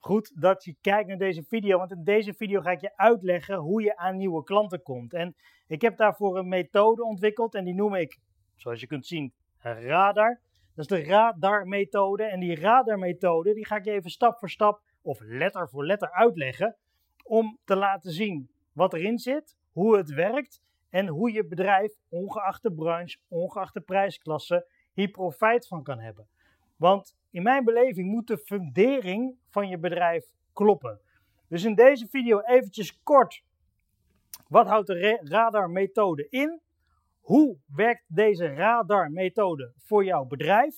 goed dat je kijkt naar deze video, want in deze video ga ik je uitleggen hoe je aan nieuwe klanten komt. En ik heb daarvoor een methode ontwikkeld en die noem ik, zoals je kunt zien, radar. Dat is de radarmethode en die radarmethode die ga ik je even stap voor stap of letter voor letter uitleggen om te laten zien wat erin zit, hoe het werkt en hoe je bedrijf, ongeacht de branche, ongeacht de prijsklasse, hier profijt van kan hebben. Want in mijn beleving moet de fundering van je bedrijf kloppen. Dus in deze video eventjes kort, wat houdt de radarmethode in? Hoe werkt deze radarmethode voor jouw bedrijf?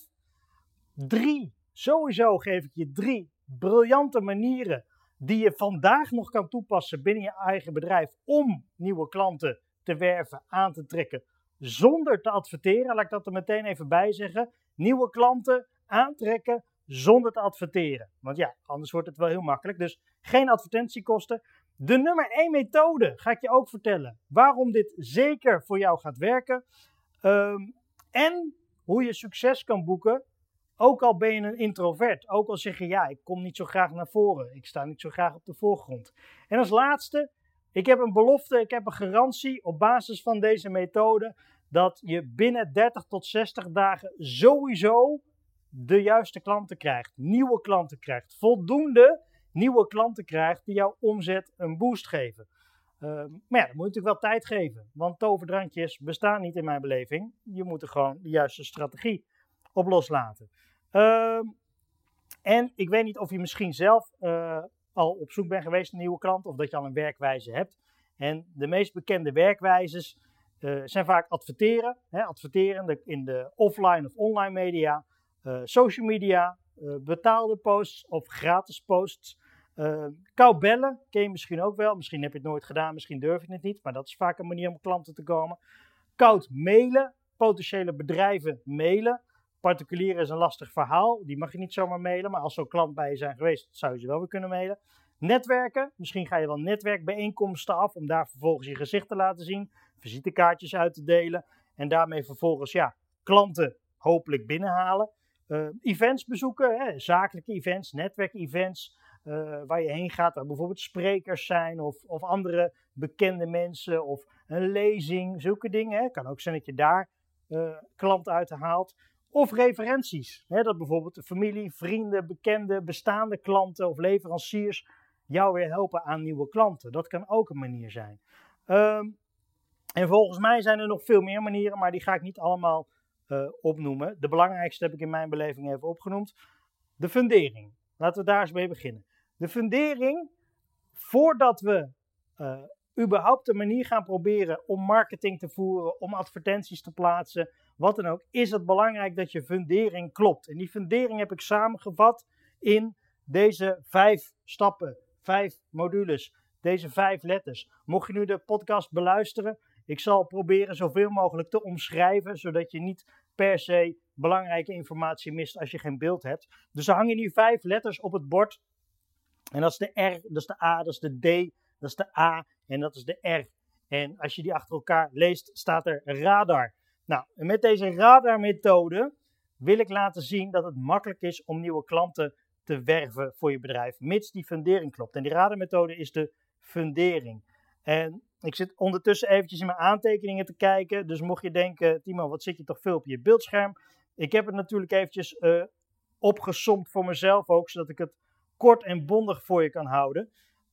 Sowieso geef ik je 3 briljante manieren die je vandaag nog kan toepassen binnen je eigen bedrijf om nieuwe klanten te werven, aan te trekken, zonder te adverteren. Laat ik dat er meteen even bij zeggen. Nieuwe klanten aantrekken zonder te adverteren. Want ja, anders wordt het wel heel makkelijk. Dus geen advertentiekosten. De nummer 1 methode ga ik je ook vertellen. Waarom dit zeker voor jou gaat werken. En hoe je succes kan boeken. Ook al ben je een introvert. Ook al zeg je ja, ik kom niet zo graag naar voren. Ik sta niet zo graag op de voorgrond. En als laatste, ik heb een belofte, ik heb een garantie op basis van deze methode. Dat je binnen 30 tot 60 dagen sowieso de juiste klanten krijgt. Nieuwe klanten krijgt. Voldoende nieuwe klanten krijgt die jouw omzet een boost geven. Maar ja, dan moet je natuurlijk wel tijd geven. Want toverdrankjes bestaan niet in mijn beleving. Je moet er gewoon de juiste strategie op loslaten. En ik weet niet of je misschien zelf al op zoek bent geweest naar nieuwe klanten. Of dat je al een werkwijze hebt. En de meest bekende werkwijzes zijn vaak adverteren. Adverteren in de offline of online media. Social media. Betaalde posts of gratis posts. Koud bellen, ken je misschien ook wel. Misschien heb je het nooit gedaan, misschien durf je het niet. Maar dat is vaak een manier om klanten te komen. Koud mailen, potentiële bedrijven mailen. Particulier is een lastig verhaal, die mag je niet zomaar mailen. Maar als zo'n klant bij je zijn geweest, zou je ze wel weer kunnen mailen. Netwerken, misschien ga je wel netwerkbijeenkomsten af om daar vervolgens je gezicht te laten zien. Visitekaartjes uit te delen en daarmee vervolgens klanten hopelijk binnenhalen. Events bezoeken, zakelijke events, netwerkevents. Waar je heen gaat, waar bijvoorbeeld sprekers zijn of andere bekende mensen of een lezing, zulke dingen. Het kan ook zijn dat je daar klanten uit haalt. Of referenties, dat bijvoorbeeld de familie, vrienden, bekende, bestaande klanten of leveranciers jou weer helpen aan nieuwe klanten. Dat kan ook een manier zijn. En volgens mij zijn er nog veel meer manieren, maar die ga ik niet allemaal opnoemen. De belangrijkste heb ik in mijn beleving even opgenoemd. De fundering. Laten we daar eens mee beginnen. De fundering, voordat we überhaupt een manier gaan proberen om marketing te voeren, om advertenties te plaatsen, wat dan ook, is het belangrijk dat je fundering klopt. En die fundering heb ik samengevat in deze 5 stappen, 5 modules, deze 5 letters. Mocht je nu de podcast beluisteren, ik zal proberen zoveel mogelijk te omschrijven, zodat je niet per se belangrijke informatie mist als je geen beeld hebt. Dus er hangen nu 5 letters op het bord. En dat is de R, dat is de A, dat is de D, dat is de A en dat is de R. En als je die achter elkaar leest, staat er radar. Nou, en met deze radarmethode wil ik laten zien dat het makkelijk is om nieuwe klanten te werven voor je bedrijf, mits die fundering klopt. En die radarmethode is de fundering. En ik zit ondertussen eventjes in mijn aantekeningen te kijken. Dus mocht je denken, Timo, wat zit je toch veel op je beeldscherm? Ik heb het natuurlijk eventjes opgesomd voor mezelf ook, zodat ik het kort en bondig voor je kan houden.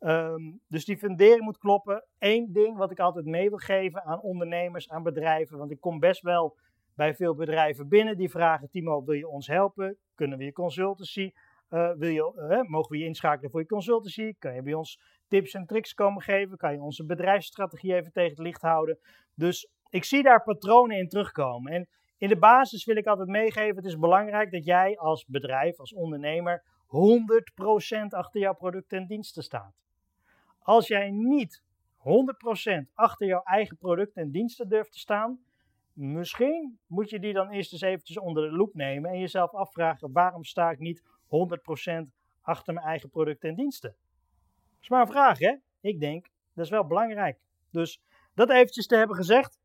Dus die fundering moet kloppen. Eén ding wat ik altijd mee wil geven aan ondernemers, aan bedrijven. Want ik kom best wel bij veel bedrijven binnen die vragen, Timo, wil je ons helpen? Kunnen we je consultancy? Mogen we je inschakelen voor je consultancy? Kan je bij ons tips en tricks komen geven? Kan je onze bedrijfsstrategie even tegen het licht houden? Dus ik zie daar patronen in terugkomen. En in de basis wil ik altijd meegeven, het is belangrijk dat jij als bedrijf, als ondernemer, 100% achter jouw producten en diensten staat. Als jij niet 100% achter jouw eigen producten en diensten durft te staan, misschien moet je die dan eerst eens eventjes onder de loep nemen en jezelf afvragen, waarom sta ik niet 100% achter mijn eigen producten en diensten? Dat is maar een vraag, hè? Ik denk, dat is wel belangrijk. Dus dat eventjes te hebben gezegd.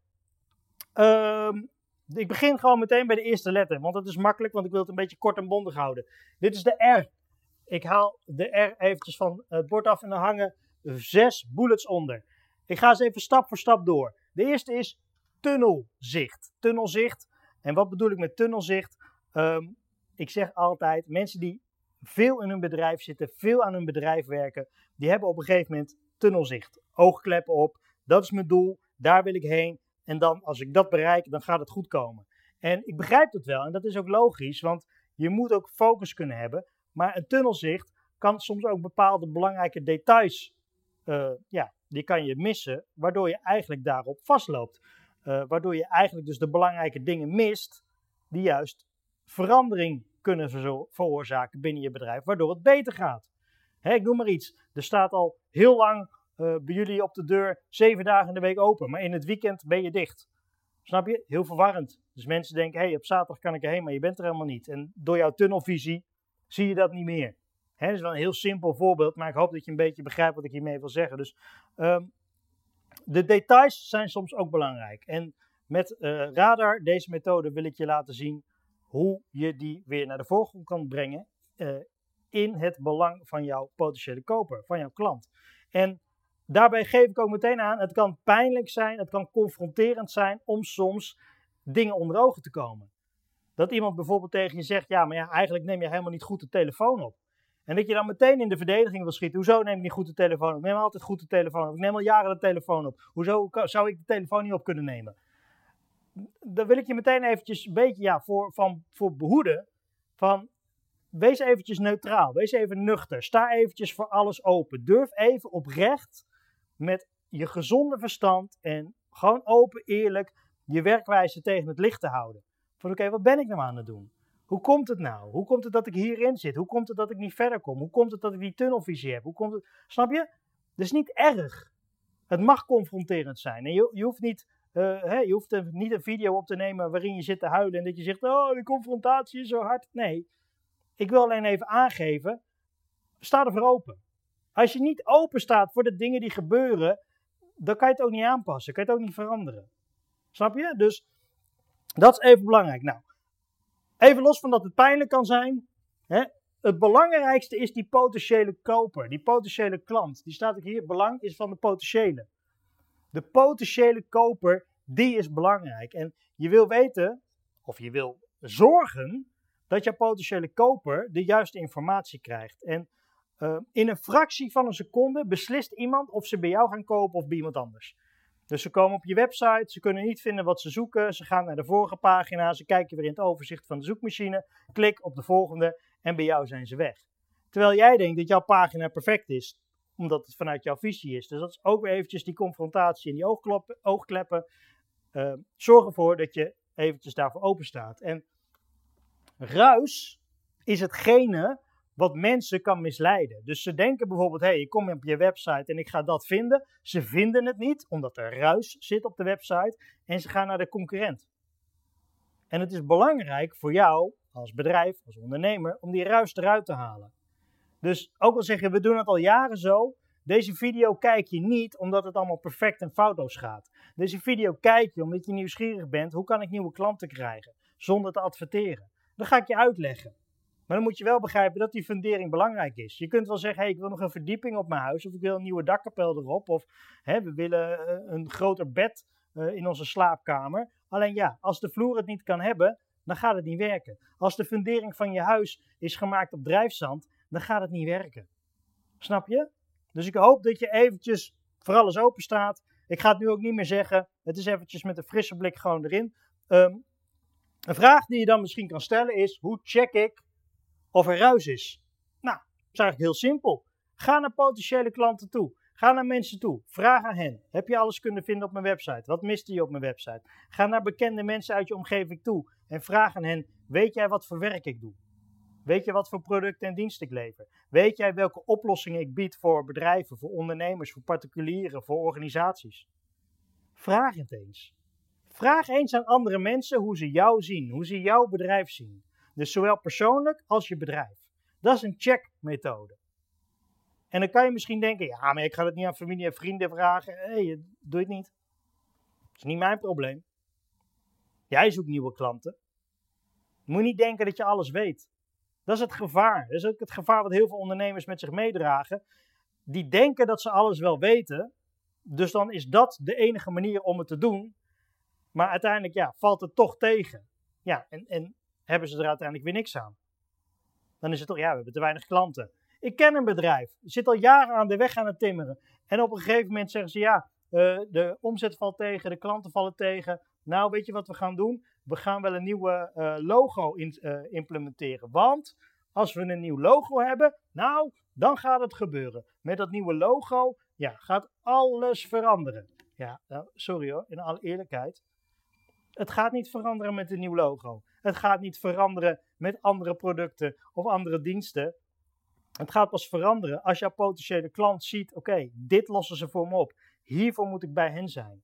Ik begin gewoon meteen bij de eerste letter, want dat is makkelijk, want ik wil het een beetje kort en bondig houden. Dit is de R. ik haal de R eventjes van het bord af en er hangen 6 bullets onder. Ik ga eens even stap voor stap door. De eerste is tunnelzicht. Tunnelzicht. En wat bedoel ik met tunnelzicht? Ik zeg altijd, mensen die veel in hun bedrijf zitten, veel aan hun bedrijf werken, die hebben op een gegeven moment tunnelzicht. Oogkleppen op, dat is mijn doel, daar wil ik heen. En dan, als ik dat bereik, dan gaat het goed komen. En ik begrijp dat wel en dat is ook logisch, want je moet ook focus kunnen hebben. Maar een tunnelzicht kan soms ook bepaalde belangrijke details, die kan je missen, waardoor je eigenlijk daarop vastloopt. Waardoor je eigenlijk dus de belangrijke dingen mist, die juist verandering kunnen veroorzaken binnen je bedrijf, waardoor het beter gaat. Ik noem maar iets. Er staat al heel lang bij jullie op de deur 7 dagen in de week open, maar in het weekend ben je dicht. Snap je? Heel verwarrend. Dus mensen denken, op zaterdag kan ik erheen, maar je bent er helemaal niet. En door jouw tunnelvisie zie je dat niet meer. Dat is wel een heel simpel voorbeeld, maar ik hoop dat je een beetje begrijpt wat ik hiermee wil zeggen. Dus de details zijn soms ook belangrijk. En met Radar, deze methode, wil ik je laten zien hoe je die weer naar de voorgrond kan brengen in het belang van jouw potentiële koper, van jouw klant. En daarbij geef ik ook meteen aan, het kan pijnlijk zijn, het kan confronterend zijn om soms dingen onder ogen te komen. Dat iemand bijvoorbeeld tegen je zegt, eigenlijk neem je helemaal niet goed de telefoon op. En dat je dan meteen in de verdediging wil schieten. Hoezo neem ik niet goed de telefoon op? Ik neem altijd goed de telefoon op. Ik neem al jaren de telefoon op. Hoezo zou ik de telefoon niet op kunnen nemen? Dan wil ik je meteen eventjes een beetje voor behoeden. Wees eventjes neutraal. Wees even nuchter. Sta eventjes voor alles open. Durf even oprecht met je gezonde verstand en gewoon open, eerlijk je werkwijze tegen het licht te houden. Van oké, wat ben ik nou aan het doen? Hoe komt het nou? Hoe komt het dat ik hierin zit? Hoe komt het dat ik niet verder kom? Hoe komt het dat ik die tunnelvisie heb? Snap je? Dat is niet erg. Het mag confronterend zijn. En je hoeft niet een video op te nemen waarin je zit te huilen en dat je zegt, oh, de confrontatie is zo hard. Nee, ik wil alleen even aangeven, sta ervoor open. Als je niet open staat voor de dingen die gebeuren, dan kan je het ook niet aanpassen. Kan je het ook niet veranderen. Snap je? Dus dat is even belangrijk. Nou, even los van dat het pijnlijk kan zijn. Het belangrijkste is die potentiële koper, die potentiële klant. Die staat ook hier, belang is van de potentiële. De potentiële koper, die is belangrijk. En je wil weten, of je wil zorgen, dat jouw potentiële koper de juiste informatie krijgt. En in een fractie van een seconde beslist iemand of ze bij jou gaan kopen of bij iemand anders. Dus ze komen op je website, ze kunnen niet vinden wat ze zoeken, ze gaan naar de vorige pagina, ze kijken weer in het overzicht van de zoekmachine, klik op de volgende en bij jou zijn ze weg. Terwijl jij denkt dat jouw pagina perfect is, omdat het vanuit jouw visie is. Dus dat is ook weer eventjes die confrontatie en die oogkleppen. Zorg ervoor dat je eventjes daarvoor open staat. En ruis is hetgene wat mensen kan misleiden. Dus ze denken bijvoorbeeld, ik kom op je website en ik ga dat vinden. Ze vinden het niet, omdat er ruis zit op de website. En ze gaan naar de concurrent. En het is belangrijk voor jou, als bedrijf, als ondernemer, om die ruis eruit te halen. Dus ook al zeg je, we doen het al jaren zo. Deze video kijk je niet omdat het allemaal perfect en foutloos gaat. Deze video kijk je omdat je nieuwsgierig bent. Hoe kan ik nieuwe klanten krijgen zonder te adverteren? Dat ga ik je uitleggen. Maar dan moet je wel begrijpen dat die fundering belangrijk is. Je kunt wel zeggen, ik wil nog een verdieping op mijn huis. Of ik wil een nieuwe dakkapel erop. Of we willen een groter bed in onze slaapkamer. Alleen als de vloer het niet kan hebben, dan gaat het niet werken. Als de fundering van je huis is gemaakt op drijfzand, dan gaat het niet werken. Snap je? Dus ik hoop dat je eventjes voor alles open staat. Ik ga het nu ook niet meer zeggen. Het is eventjes met een frisse blik gewoon erin. Een vraag die je dan misschien kan stellen is, hoe check ik of er ruis is? Nou, dat is eigenlijk heel simpel. Ga naar potentiële klanten toe. Ga naar mensen toe. Vraag aan hen. Heb je alles kunnen vinden op mijn website? Wat miste je op mijn website? Ga naar bekende mensen uit je omgeving toe. En vraag aan hen, weet jij wat voor werk ik doe? Weet je wat voor producten en diensten ik lever? Weet jij welke oplossingen ik bied voor bedrijven, voor ondernemers, voor particulieren, voor organisaties? Vraag het eens. Vraag eens aan andere mensen hoe ze jou zien, hoe ze jouw bedrijf zien. Dus zowel persoonlijk als je bedrijf. Dat is een check-methode. En dan kan je misschien denken, maar ik ga het niet aan familie en vrienden vragen. Doe het niet. Dat is niet mijn probleem. Jij zoekt nieuwe klanten. Je moet niet denken dat je alles weet. Dat is het gevaar. Dat is ook het gevaar wat heel veel ondernemers met zich meedragen. Die denken dat ze alles wel weten. Dus dan is dat de enige manier om het te doen. Maar uiteindelijk valt het toch tegen. Ja, en hebben ze er uiteindelijk weer niks aan. Dan is het toch, we hebben te weinig klanten. Ik ken een bedrijf, zit al jaren aan de weg aan het timmeren. En op een gegeven moment zeggen ze, de omzet valt tegen, de klanten vallen tegen. Nou, weet je wat we gaan doen? We gaan wel een nieuwe logo implementeren. Want als we een nieuw logo hebben, nou, dan gaat het gebeuren. Met dat nieuwe logo, gaat alles veranderen. Ja, nou, sorry hoor, in alle eerlijkheid. Het gaat niet veranderen met een nieuw logo. Het gaat niet veranderen met andere producten of andere diensten. Het gaat pas veranderen als jouw potentiële klant ziet, oké, dit lossen ze voor me op. Hiervoor moet ik bij hen zijn.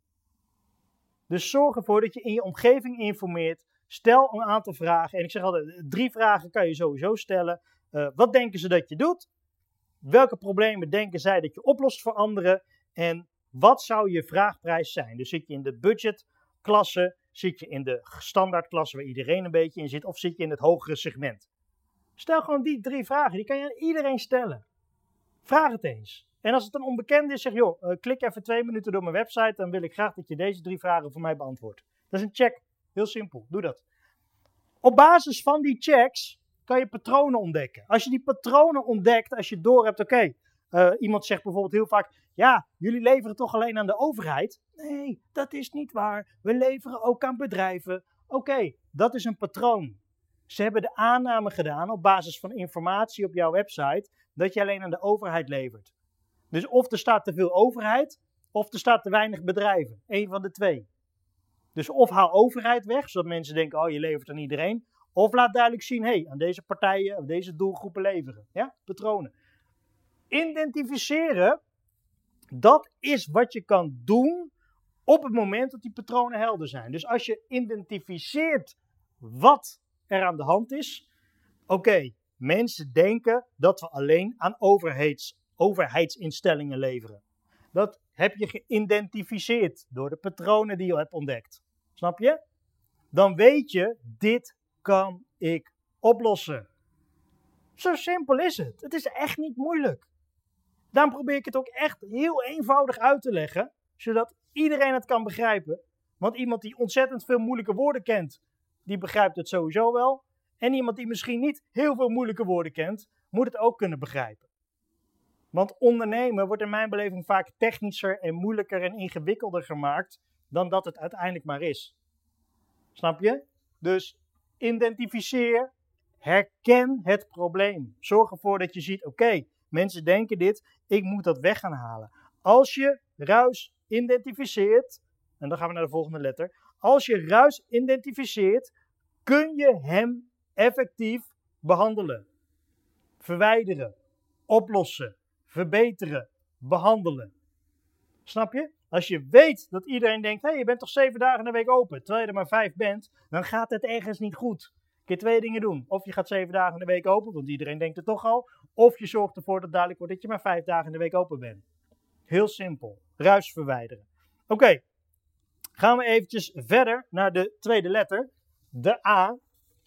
Dus zorg ervoor dat je in je omgeving informeert. Stel een aantal vragen. En ik zeg altijd, 3 vragen kan je sowieso stellen. Wat denken ze dat je doet? Welke problemen denken zij dat je oplost voor anderen? En wat zou je vraagprijs zijn? Dus zit je in de budgetklasse, zit je in de standaardklasse waar iedereen een beetje in zit, of zit je in het hogere segment? Stel gewoon die 3 vragen, die kan je aan iedereen stellen. Vraag het eens. En als het een onbekende is, zeg klik even 2 minuten door mijn website, dan wil ik graag dat je deze 3 vragen voor mij beantwoordt. Dat is een check. Heel simpel, doe dat. Op basis van die checks kan je patronen ontdekken. Als je die patronen ontdekt, als je door hebt, iemand zegt bijvoorbeeld heel vaak, jullie leveren toch alleen aan de overheid? Nee, dat is niet waar. We leveren ook aan bedrijven. Oké, dat is een patroon. Ze hebben de aanname gedaan op basis van informatie op jouw website dat je alleen aan de overheid levert. Dus of er staat te veel overheid, of er staat te weinig bedrijven. Eén van de 2. Dus of haal overheid weg, zodat mensen denken, je levert aan iedereen. Of laat duidelijk zien, aan deze partijen, of deze doelgroepen leveren. Ja, patronen. Identificeren, dat is wat je kan doen op het moment dat die patronen helder zijn. Dus als je identificeert wat er aan de hand is. Mensen denken dat we alleen aan overheidsinstellingen leveren. Dat heb je geïdentificeerd door de patronen die je hebt ontdekt. Snap je? Dan weet je, dit kan ik oplossen. Zo simpel is het. Het is echt niet moeilijk. Daarom probeer ik het ook echt heel eenvoudig uit te leggen, zodat iedereen het kan begrijpen. Want iemand die ontzettend veel moeilijke woorden kent, die begrijpt het sowieso wel. En iemand die misschien niet heel veel moeilijke woorden kent, moet het ook kunnen begrijpen. Want ondernemen wordt in mijn beleving vaak technischer en moeilijker en ingewikkelder gemaakt dan dat het uiteindelijk maar is. Snap je? Dus identificeer, herken het probleem. Zorg ervoor dat je ziet, mensen denken dit, ik moet dat weg gaan halen. Als je ruis identificeert, en dan gaan we naar de volgende letter. Als je ruis identificeert, kun je hem effectief behandelen. Verwijderen, oplossen, verbeteren, behandelen. Snap je? Als je weet dat iedereen denkt, je bent toch 7 dagen in de week open, terwijl je er maar 5 bent, dan gaat het ergens niet goed. Kun je 2 dingen doen. Of je gaat 7 dagen in de week open, want iedereen denkt het toch al. Of je zorgt ervoor dat duidelijk wordt dat je maar 5 dagen in de week open bent. Heel simpel. Ruis verwijderen. Gaan we eventjes verder naar de tweede letter. De A.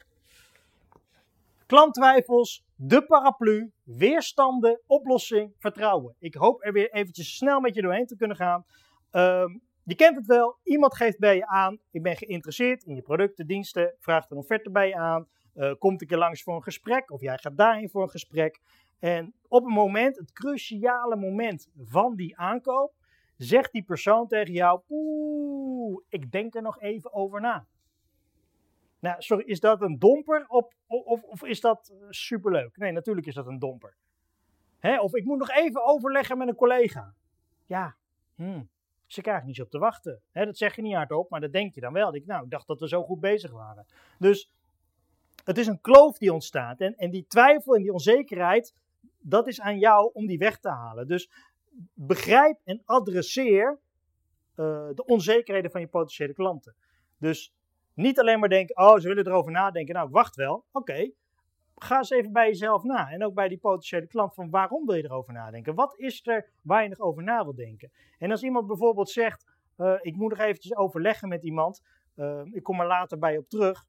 Klanttwijfels, de paraplu, weerstanden, oplossing, vertrouwen. Ik hoop er weer eventjes snel met je doorheen te kunnen gaan. Je kent het wel, iemand geeft bij je aan, ik ben geïnteresseerd in je producten, diensten, vraagt een offerte bij je aan, komt een keer langs voor een gesprek of jij gaat daarheen voor een gesprek. En op een moment, het cruciale moment van die aankoop, zegt die persoon tegen jou, ik denk er nog even over na. Nou, sorry, is dat een domper of is dat superleuk? Nee, natuurlijk is dat een domper. Of ik moet nog even overleggen met een collega. Ja, ze krijgen niet zo op te wachten. Dat zeg je niet hardop, maar dat denk je dan wel. Ik dacht dat we zo goed bezig waren. Dus het is een kloof die ontstaat. En die twijfel en die onzekerheid, dat is aan jou om die weg te halen. Dus begrijp en adresseer de onzekerheden van je potentiële klanten. Dus niet alleen maar denken, ze willen erover nadenken. Ik wacht wel. Ga eens even bij jezelf na. En ook bij die potentiële klant van waarom wil je erover nadenken? Wat is er waar je nog over na wil denken? En als iemand bijvoorbeeld zegt, ik moet nog eventjes overleggen met iemand. Ik kom er later bij je op terug.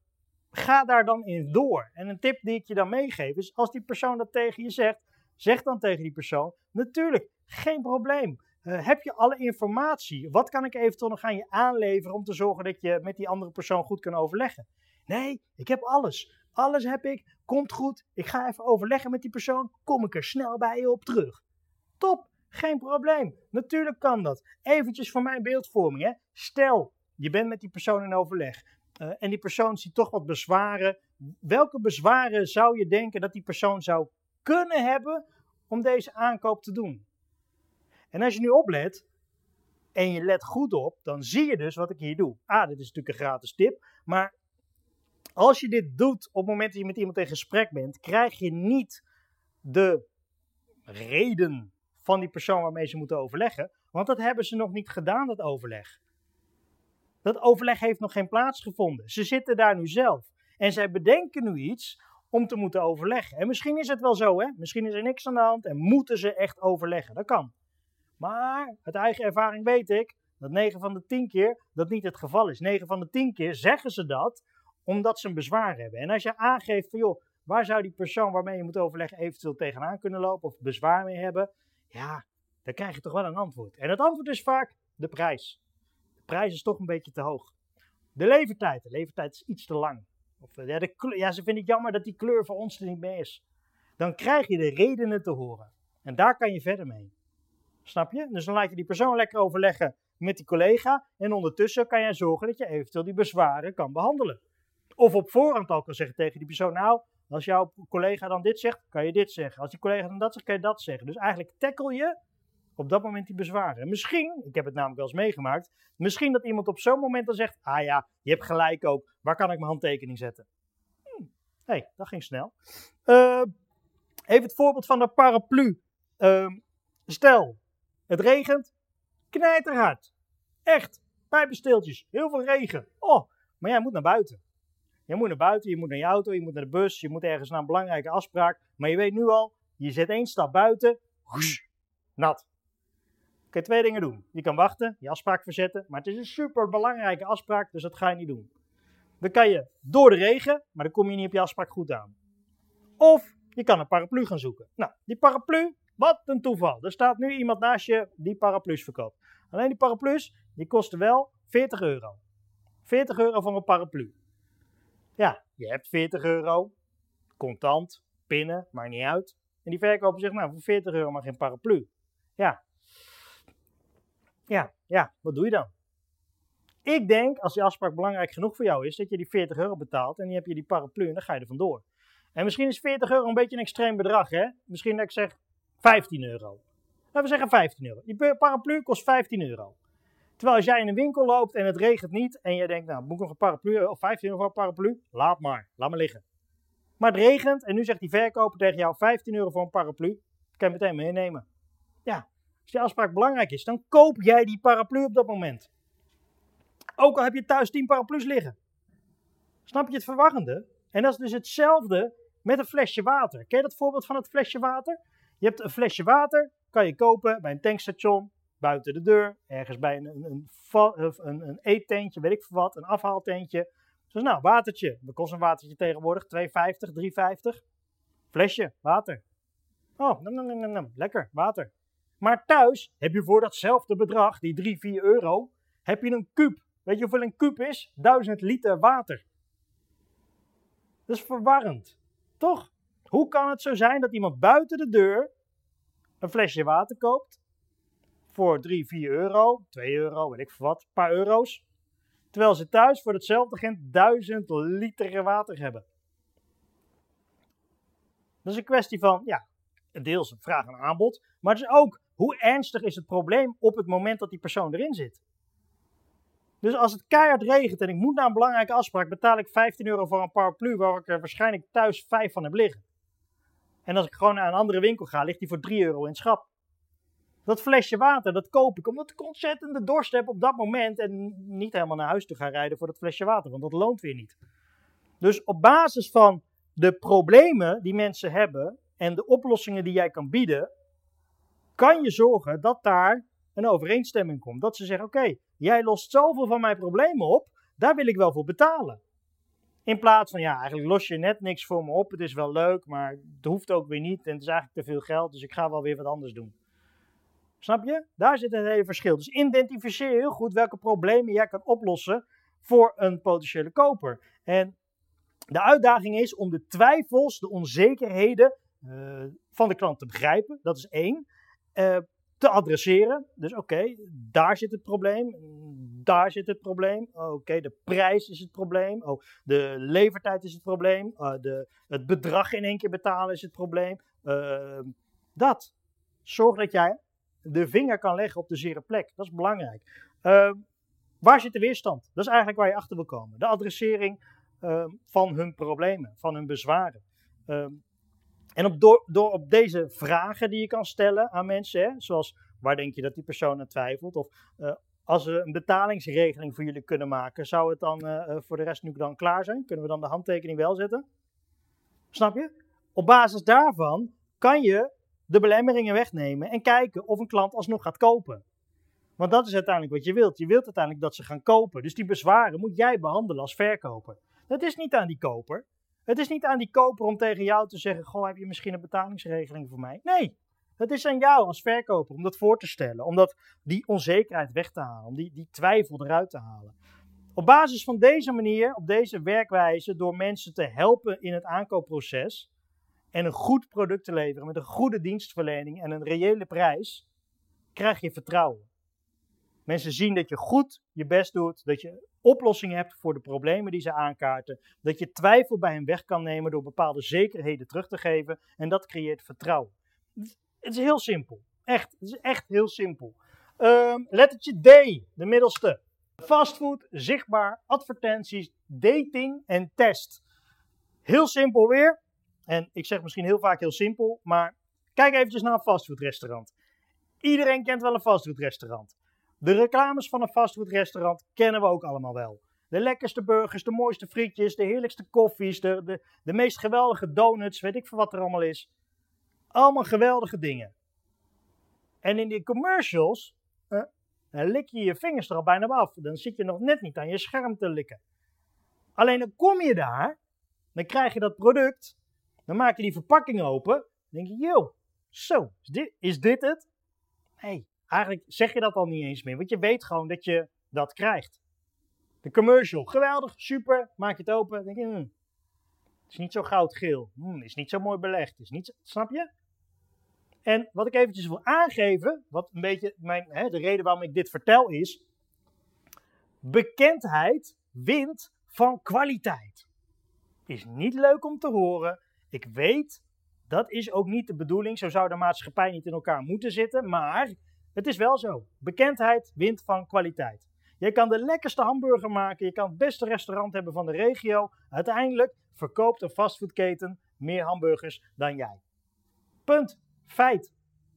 ga daar dan in door. En een tip die ik je dan meegeef is, als die persoon dat tegen je zegt, zeg dan tegen die persoon, natuurlijk, geen probleem. Heb je alle informatie? Wat kan ik eventueel nog aan je aanleveren om te zorgen dat je met die andere persoon goed kan overleggen? Nee, ik heb alles. Alles heb ik, komt goed. Ik ga even overleggen met die persoon, kom ik er snel bij je op terug. Top, geen probleem. Natuurlijk kan dat. Eventjes voor mijn beeldvorming. Hè. Stel, je bent met die persoon in overleg en die persoon ziet toch wat bezwaren. Welke bezwaren zou je denken dat die persoon zou kunnen hebben om deze aankoop te doen? En als je nu oplet en je let goed op, dan zie je dus wat ik hier doe. Dit is natuurlijk een gratis tip, maar als je dit doet op het moment dat je met iemand in gesprek bent, krijg je niet de reden van die persoon waarmee ze moeten overleggen, want dat hebben ze nog niet gedaan, dat overleg. Dat overleg heeft nog geen plaatsgevonden. Ze zitten daar nu zelf en zij bedenken nu iets om te moeten overleggen. En misschien is het wel zo, hè? Misschien is er niks aan de hand en moeten ze echt overleggen. Dat kan. Maar uit eigen ervaring weet ik dat 9 van de 10 keer dat niet het geval is. 9 van de 10 keer zeggen ze dat omdat ze een bezwaar hebben. En als je aangeeft van joh, waar zou die persoon waarmee je moet overleggen eventueel tegenaan kunnen lopen of bezwaar mee hebben, ja, dan krijg je toch wel een antwoord. En het antwoord is vaak de prijs. De prijs is toch een beetje te hoog. De levertijd is iets te lang. Ze vinden het jammer dat die kleur voor ons er niet meer is. Dan krijg je de redenen te horen. En daar kan je verder mee. Snap je? Dus dan laat je die persoon lekker overleggen met die collega. En ondertussen kan jij zorgen dat je eventueel die bezwaren kan behandelen. Of op voorhand al kan zeggen tegen die persoon, nou, als jouw collega dan dit zegt, kan je dit zeggen. Als die collega dan dat zegt, kan je dat zeggen. Dus eigenlijk tackle je op dat moment die bezwaren. En misschien, ik heb het namelijk wel eens meegemaakt, misschien dat iemand op zo'n moment dan zegt, je hebt gelijk ook, waar kan ik mijn handtekening zetten? Dat ging snel. Even het voorbeeld van de paraplu. Stel, het regent, knijterhard. Echt, pijpensteeltjes, heel veel regen. Maar jij moet naar buiten. Je moet naar buiten, je moet naar je auto, je moet naar de bus, je moet ergens naar een belangrijke afspraak. Maar je weet nu al, je zet 1 stap buiten, nat. Dan kun je 2 dingen doen. Je kan wachten, je afspraak verzetten, maar het is een super belangrijke afspraak, dus dat ga je niet doen. Dan kan je door de regen, maar dan kom je niet op je afspraak goed aan. Of je kan een paraplu gaan zoeken. Nou, die paraplu, wat een toeval. Er staat nu iemand naast je die paraplu's verkoopt. Alleen die paraplu's, die kosten wel €40. €40 voor een paraplu. Ja, je hebt €40, contant, pinnen, maakt niet uit. En die verkoper zegt, nou, voor €40 maar geen paraplu. Ja, wat doe je dan? Ik denk, als die afspraak belangrijk genoeg voor jou is, dat je die €40 betaalt en dan heb je die paraplu en dan ga je er vandoor. En misschien is €40 een beetje een extreem bedrag, hè? Misschien dat ik zeg €15. Laten we zeggen €15. Die paraplu kost €15. Terwijl als jij in een winkel loopt en het regent niet en je denkt, nou, moet ik nog een paraplu of €15 voor een paraplu? Laat maar liggen. Maar het regent en nu zegt die verkoper tegen jou €15 voor een paraplu, kan je meteen meenemen. Ja, als die afspraak belangrijk is, dan koop jij die paraplu op dat moment. Ook al heb je thuis 10 paraplu's liggen. Snap je het verwarrende? En dat is dus hetzelfde met een flesje water. Ken je dat voorbeeld van het flesje water? Je hebt een flesje water, kan je kopen bij een tankstation, buiten de deur, ergens bij een eettentje, weet ik veel wat, een afhaaltentje. Dus nou, watertje. Wat kost een watertje tegenwoordig? €2,50, €3,50. Flesje, water. Lekker, water. Maar thuis heb je voor datzelfde bedrag, die €3-4, heb je een kuub. Weet je hoeveel een kuub is? 1000 liter water. Dat is verwarrend, toch? Hoe kan het zo zijn dat iemand buiten de deur een flesje water koopt voor €3-4, €2, weet ik veel wat, een paar euro's, terwijl ze thuis voor hetzelfde geld 1000 liter water hebben? Dat is een kwestie van, deels een vraag en aanbod, maar het is ook, hoe ernstig is het probleem op het moment dat die persoon erin zit? Dus als het keihard regent en ik moet naar een belangrijke afspraak, betaal ik €15 voor een paraplu waar ik er waarschijnlijk thuis 5 van heb liggen. En als ik gewoon naar een andere winkel ga, ligt die voor €3 in het schap. Dat flesje water, dat koop ik omdat ik ontzettende dorst heb op dat moment en niet helemaal naar huis te gaan rijden voor dat flesje water, want dat loont weer niet. Dus op basis van de problemen die mensen hebben en de oplossingen die jij kan bieden, kan je zorgen dat daar een overeenstemming komt. Dat ze zeggen, oké, jij lost zoveel van mijn problemen op, daar wil ik wel voor betalen. In plaats van, ja, eigenlijk los je net niks voor me op. Het is wel leuk, maar het hoeft ook weer niet. En het is eigenlijk te veel geld, dus ik ga wel weer wat anders doen. Snap je? Daar zit een hele verschil. Dus identificeer heel goed welke problemen jij kan oplossen voor een potentiële koper. En de uitdaging is om de twijfels, de onzekerheden van de klant te begrijpen. Dat is 1. Te adresseren. Dus oké, daar zit het probleem. Daar zit het probleem. Oké, de prijs is het probleem. De levertijd is het probleem. Het bedrag in één keer betalen is het probleem. Dat. Zorg dat jij de vinger kan leggen op de zere plek. Dat is belangrijk. Waar zit de weerstand? Dat is eigenlijk waar je achter wil komen. De adressering van hun problemen, van hun bezwaren. En door op deze vragen die je kan stellen aan mensen, hè, zoals waar denk je dat die persoon aan twijfelt, of als we een betalingsregeling voor jullie kunnen maken, zou het dan voor de rest nu dan klaar zijn? Kunnen we dan de handtekening wel zetten? Snap je? Op basis daarvan kan je de belemmeringen wegnemen en kijken of een klant alsnog gaat kopen. Want dat is uiteindelijk wat je wilt. Je wilt uiteindelijk dat ze gaan kopen. Dus die bezwaren moet jij behandelen als verkoper. Dat is niet aan die koper. Het is niet aan die koper om tegen jou te zeggen, goh, heb je misschien een betalingsregeling voor mij? Nee, het is aan jou als verkoper om dat voor te stellen. Om die onzekerheid weg te halen. Om die twijfel eruit te halen. Op basis van deze manier, op deze werkwijze, door mensen te helpen in het aankoopproces en een goed product te leveren met een goede dienstverlening en een reële prijs, krijg je vertrouwen. Mensen zien dat je goed je best doet, dat je oplossingen hebt voor de problemen die ze aankaarten, dat je twijfel bij hen weg kan nemen door bepaalde zekerheden terug te geven en dat creëert vertrouwen. Het is heel simpel. Echt, het is echt heel simpel. Lettertje D, de middelste. Fastfood, zichtbaar, advertenties, dating en test. Heel simpel weer. En ik zeg misschien heel vaak heel simpel, maar kijk eventjes naar een fastfoodrestaurant. Iedereen kent wel een fastfoodrestaurant. De reclames van een fastfoodrestaurant kennen we ook allemaal wel. De lekkerste burgers, de mooiste frietjes, de heerlijkste koffies, de meest geweldige donuts, weet ik veel wat er allemaal is. Allemaal geweldige dingen. En in die commercials dan lik je je vingers er al bijna af. Dan zit je nog net niet aan je scherm te likken. Alleen dan kom je daar, dan krijg je dat product, dan maak je die verpakking open, dan denk je, yo, zo, is dit het? Nee, eigenlijk zeg je dat al niet eens meer, want je weet gewoon dat je dat krijgt. De commercial, geweldig, super, maak je het open, dan denk je, het is niet zo goudgeel, is niet zo mooi belegd, is niet, snap je? En wat ik eventjes wil aangeven, wat een beetje de reden waarom ik dit vertel is, bekendheid wint van kwaliteit. Is niet leuk om te horen. Ik weet, dat is ook niet de bedoeling. Zo zou de maatschappij niet in elkaar moeten zitten. Maar het is wel zo. Bekendheid wint van kwaliteit. Je kan de lekkerste hamburger maken. Je kan het beste restaurant hebben van de regio. Uiteindelijk verkoopt een fastfoodketen meer hamburgers dan jij. Punt. Feit.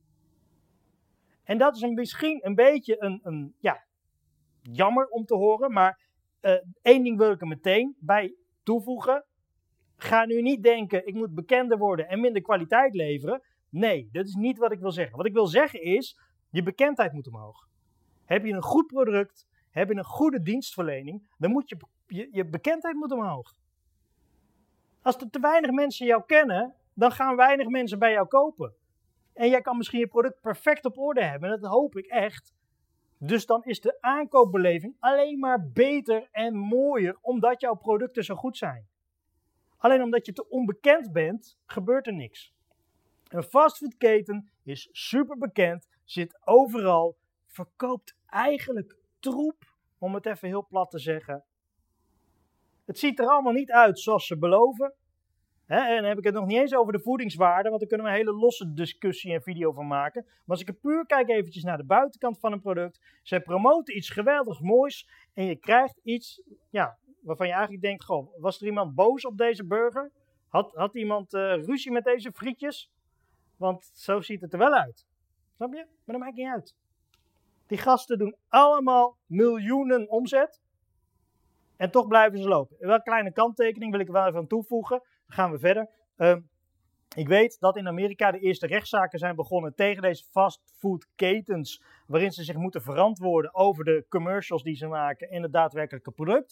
En dat is misschien een beetje jammer om te horen. Maar één ding wil ik er meteen bij toevoegen. Ga nu niet denken, ik moet bekender worden en minder kwaliteit leveren. Nee, dat is niet wat ik wil zeggen. Wat ik wil zeggen is, je bekendheid moet omhoog. Heb je een goed product, heb je een goede dienstverlening, dan moet je bekendheid moet omhoog. Als er te weinig mensen jou kennen, dan gaan weinig mensen bij jou kopen. En jij kan misschien je product perfect op orde hebben, en dat hoop ik echt. Dus dan is de aankoopbeleving alleen maar beter en mooier, omdat jouw producten zo goed zijn. Alleen omdat je te onbekend bent, gebeurt er niks. Een fastfoodketen is super bekend, zit overal, verkoopt eigenlijk troep, om het even heel plat te zeggen. Het ziet er allemaal niet uit zoals ze beloven. En dan heb ik het nog niet eens over de voedingswaarde, want daar kunnen we een hele losse discussie en video van maken. Maar als ik er puur kijk eventjes naar de buitenkant van een product, zij promoten iets geweldigs moois en je krijgt iets, waarvan je eigenlijk denkt, goh, was er iemand boos op deze burger? Had iemand ruzie met deze frietjes? Want zo ziet het er wel uit. Snap je? Maar dat maakt niet uit. Die gasten doen allemaal miljoenen omzet. En toch blijven ze lopen. Wel een kleine kanttekening wil ik er wel even aan toevoegen. Dan gaan we verder. Ik weet dat in Amerika de eerste rechtszaken zijn begonnen tegen deze fastfoodketens, waarin ze zich moeten verantwoorden over de commercials die ze maken en het daadwerkelijke product.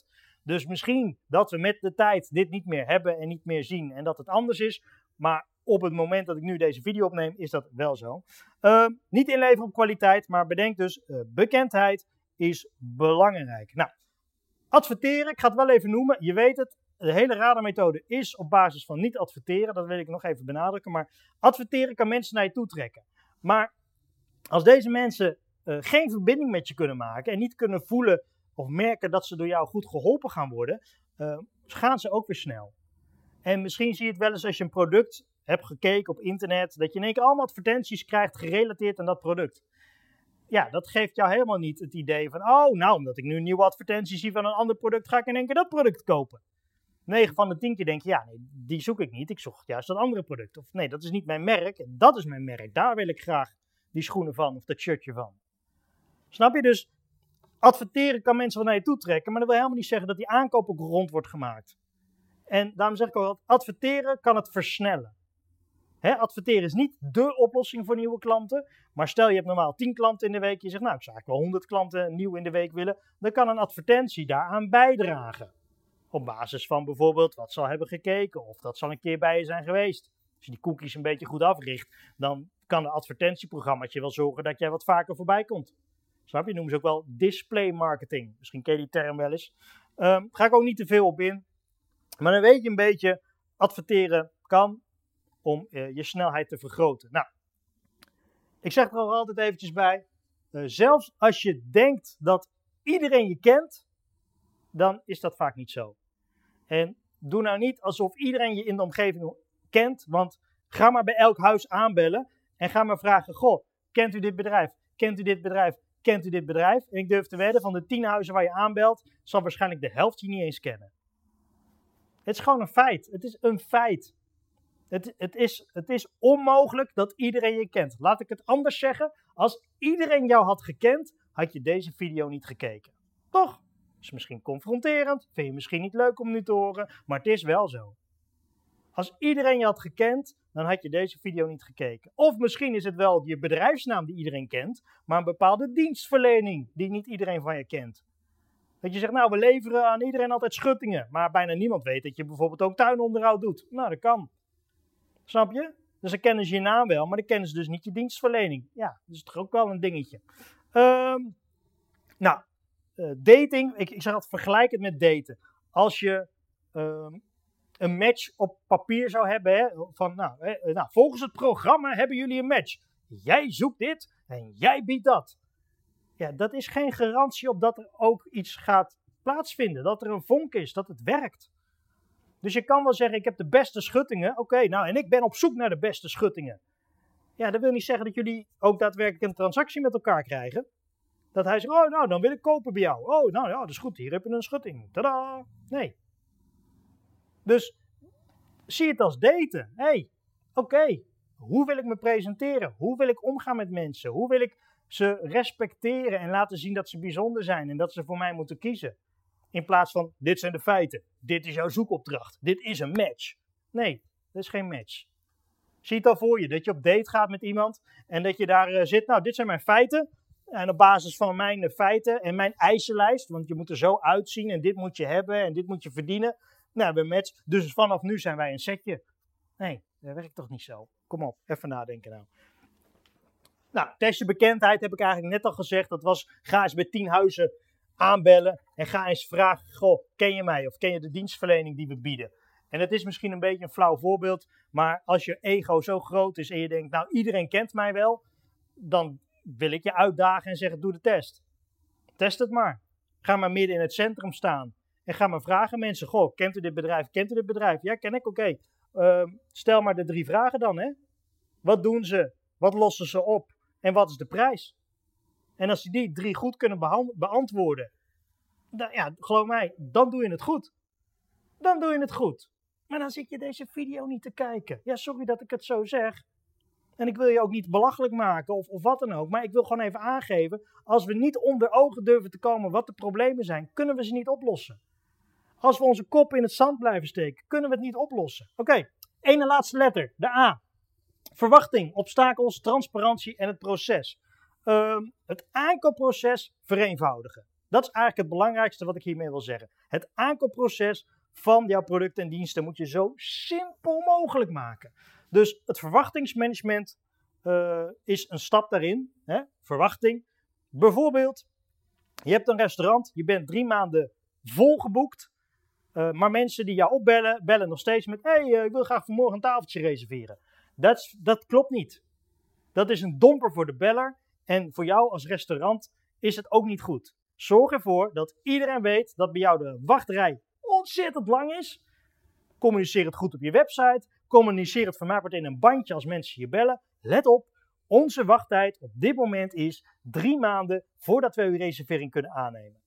Dus misschien dat we met de tijd dit niet meer hebben en niet meer zien en dat het anders is. Maar op het moment dat ik nu deze video opneem, is dat wel zo. Niet inleveren op kwaliteit, maar bedenk dus, bekendheid is belangrijk. Nou, adverteren, ik ga het wel even noemen. Je weet het, de hele radarmethode is op basis van niet adverteren. Dat wil ik nog even benadrukken. Maar adverteren kan mensen naar je toe trekken. Maar als deze mensen geen verbinding met je kunnen maken en niet kunnen voelen of merken dat ze door jou goed geholpen gaan worden, gaan ze ook weer snel. En misschien zie je het wel eens als je een product hebt gekeken op internet, dat je in één keer allemaal advertenties krijgt gerelateerd aan dat product. Ja, dat geeft jou helemaal niet het idee van, oh, nou, omdat ik nu een nieuwe advertentie zie van een ander product, ga ik in één keer dat product kopen. 9 van de 10 keer denk je, ja, nee, die zoek ik niet, ik zoek juist dat andere product. Of nee, dat is niet mijn merk, dat is mijn merk, daar wil ik graag die schoenen van of dat shirtje van. Snap je? Dus adverteren kan mensen wel naar je toe trekken, maar dat wil helemaal niet zeggen dat die aankoop ook rond wordt gemaakt. En daarom zeg ik ook dat adverteren kan het versnellen. Adverteren is niet dé oplossing voor nieuwe klanten, maar stel je hebt normaal 10 klanten in de week, je zegt nou ik zou eigenlijk wel 100 klanten nieuw in de week willen, dan kan een advertentie daaraan bijdragen. Op basis van bijvoorbeeld wat ze al hebben gekeken of dat ze al een keer bij je zijn geweest. Als je die cookies een beetje goed africht, dan kan een advertentieprogrammaatje wel zorgen dat jij wat vaker voorbij komt. Snap je? Noemen ze ook wel display marketing. Misschien ken je die term wel eens. Ga ik ook niet te veel op in. Maar dan weet je een beetje, adverteren kan om je snelheid te vergroten. Nou, ik zeg er ook altijd eventjes bij. Zelfs als je denkt dat iedereen je kent, dan is dat vaak niet zo. En doe nou niet alsof iedereen je in de omgeving kent, want ga maar bij elk huis aanbellen en ga maar vragen, goh, kent u dit bedrijf? Kent u dit bedrijf? Kent u dit bedrijf? En ik durf te wedden, van de 10 huizen waar je aanbelt, zal waarschijnlijk de helft je niet eens kennen. Het is gewoon een feit. Het is een feit. Het is onmogelijk dat iedereen je kent. Laat ik het anders zeggen. Als iedereen jou had gekend, had je deze video niet gekeken. Toch? Is misschien confronterend. Vind je misschien niet leuk om nu te horen. Maar het is wel zo. Als iedereen je had gekend, dan had je deze video niet gekeken. Of misschien is het wel je bedrijfsnaam die iedereen kent, maar een bepaalde dienstverlening die niet iedereen van je kent. Dat je zegt, nou, we leveren aan iedereen altijd schuttingen, maar bijna niemand weet dat je bijvoorbeeld ook tuinonderhoud doet. Nou, dat kan. Snap je? Dus dan kennen ze je naam wel, maar dan kennen ze dus niet je dienstverlening. Ja, dat is toch ook wel een dingetje. Dating, ik zeg altijd, vergelijk het met daten. Als je een match op papier zou hebben, hè, van volgens het programma hebben jullie een match. Jij zoekt dit en jij biedt dat. Ja, dat is geen garantie op dat er ook iets gaat plaatsvinden. Dat er een vonk is, dat het werkt. Dus je kan wel zeggen, ik heb de beste schuttingen. Oké, en ik ben op zoek naar de beste schuttingen. Ja, dat wil niet zeggen dat jullie ook daadwerkelijk een transactie met elkaar krijgen. Dat hij zegt, oh, nou, dan wil ik kopen bij jou. Oh, nou ja, dat is goed, hier heb je een schutting. Tadaa! Nee. Dus zie het als daten. Oké, hoe wil ik me presenteren? Hoe wil ik omgaan met mensen? Hoe wil ik ze respecteren en laten zien dat ze bijzonder zijn en dat ze voor mij moeten kiezen? In plaats van, dit zijn de feiten. Dit is jouw zoekopdracht. Dit is een match. Nee, dat is geen match. Zie het al voor je, dat je op date gaat met iemand en dat je daar zit. Nou, dit zijn mijn feiten. En op basis van mijn feiten en mijn eisenlijst, want je moet er zo uitzien en dit moet je hebben en dit moet je verdienen. Nou, we match. Dus vanaf nu zijn wij een setje. Nee, dat werkt toch niet zo. Kom op, even nadenken nou. Nou, test je bekendheid heb ik eigenlijk net al gezegd. Dat was, ga eens bij 10 huizen aanbellen en ga eens vragen, goh, ken je mij of ken je de dienstverlening die we bieden? En het is misschien een beetje een flauw voorbeeld, maar als je ego zo groot is en je denkt, nou iedereen kent mij wel, dan wil ik je uitdagen en zeggen, doe de test. Test het maar. Ga maar midden in het centrum staan en ga maar vragen mensen, goh, kent u dit bedrijf? Kent u dit bedrijf? Ja, ken ik, oké. Stel maar de 3 vragen dan, hè. Wat doen ze? Wat lossen ze op? En wat is de prijs? En als je die 3 goed kunnen beantwoorden, dan, ja, geloof mij, dan doe je het goed. Dan doe je het goed. Maar dan zit je deze video niet te kijken. Ja, sorry dat ik het zo zeg. En ik wil je ook niet belachelijk maken of wat dan ook. Maar ik wil gewoon even aangeven, als we niet onder ogen durven te komen wat de problemen zijn, kunnen we ze niet oplossen. Als we onze kop in het zand blijven steken, kunnen we het niet oplossen. Oké, ene laatste letter, de A. Verwachting, obstakels, transparantie en het proces. Het aankoopproces vereenvoudigen. Dat is eigenlijk het belangrijkste wat ik hiermee wil zeggen. Het aankoopproces van jouw producten en diensten moet je zo simpel mogelijk maken. Dus het verwachtingsmanagement is een stap daarin. Hè? Verwachting. Bijvoorbeeld, je hebt een restaurant, je bent 3 maanden volgeboekt. Maar mensen die jou opbellen, bellen nog steeds met: hey, ik wil graag vanmorgen een tafeltje reserveren. Dat klopt niet. Dat is een domper voor de beller. En voor jou als restaurant is het ook niet goed. Zorg ervoor dat iedereen weet dat bij jou de wachtrij ontzettend lang is. Communiceer het goed op je website. Communiceer het van mij part in een bandje als mensen je bellen. Let op, onze wachttijd op dit moment is 3 maanden voordat we uw reservering kunnen aannemen.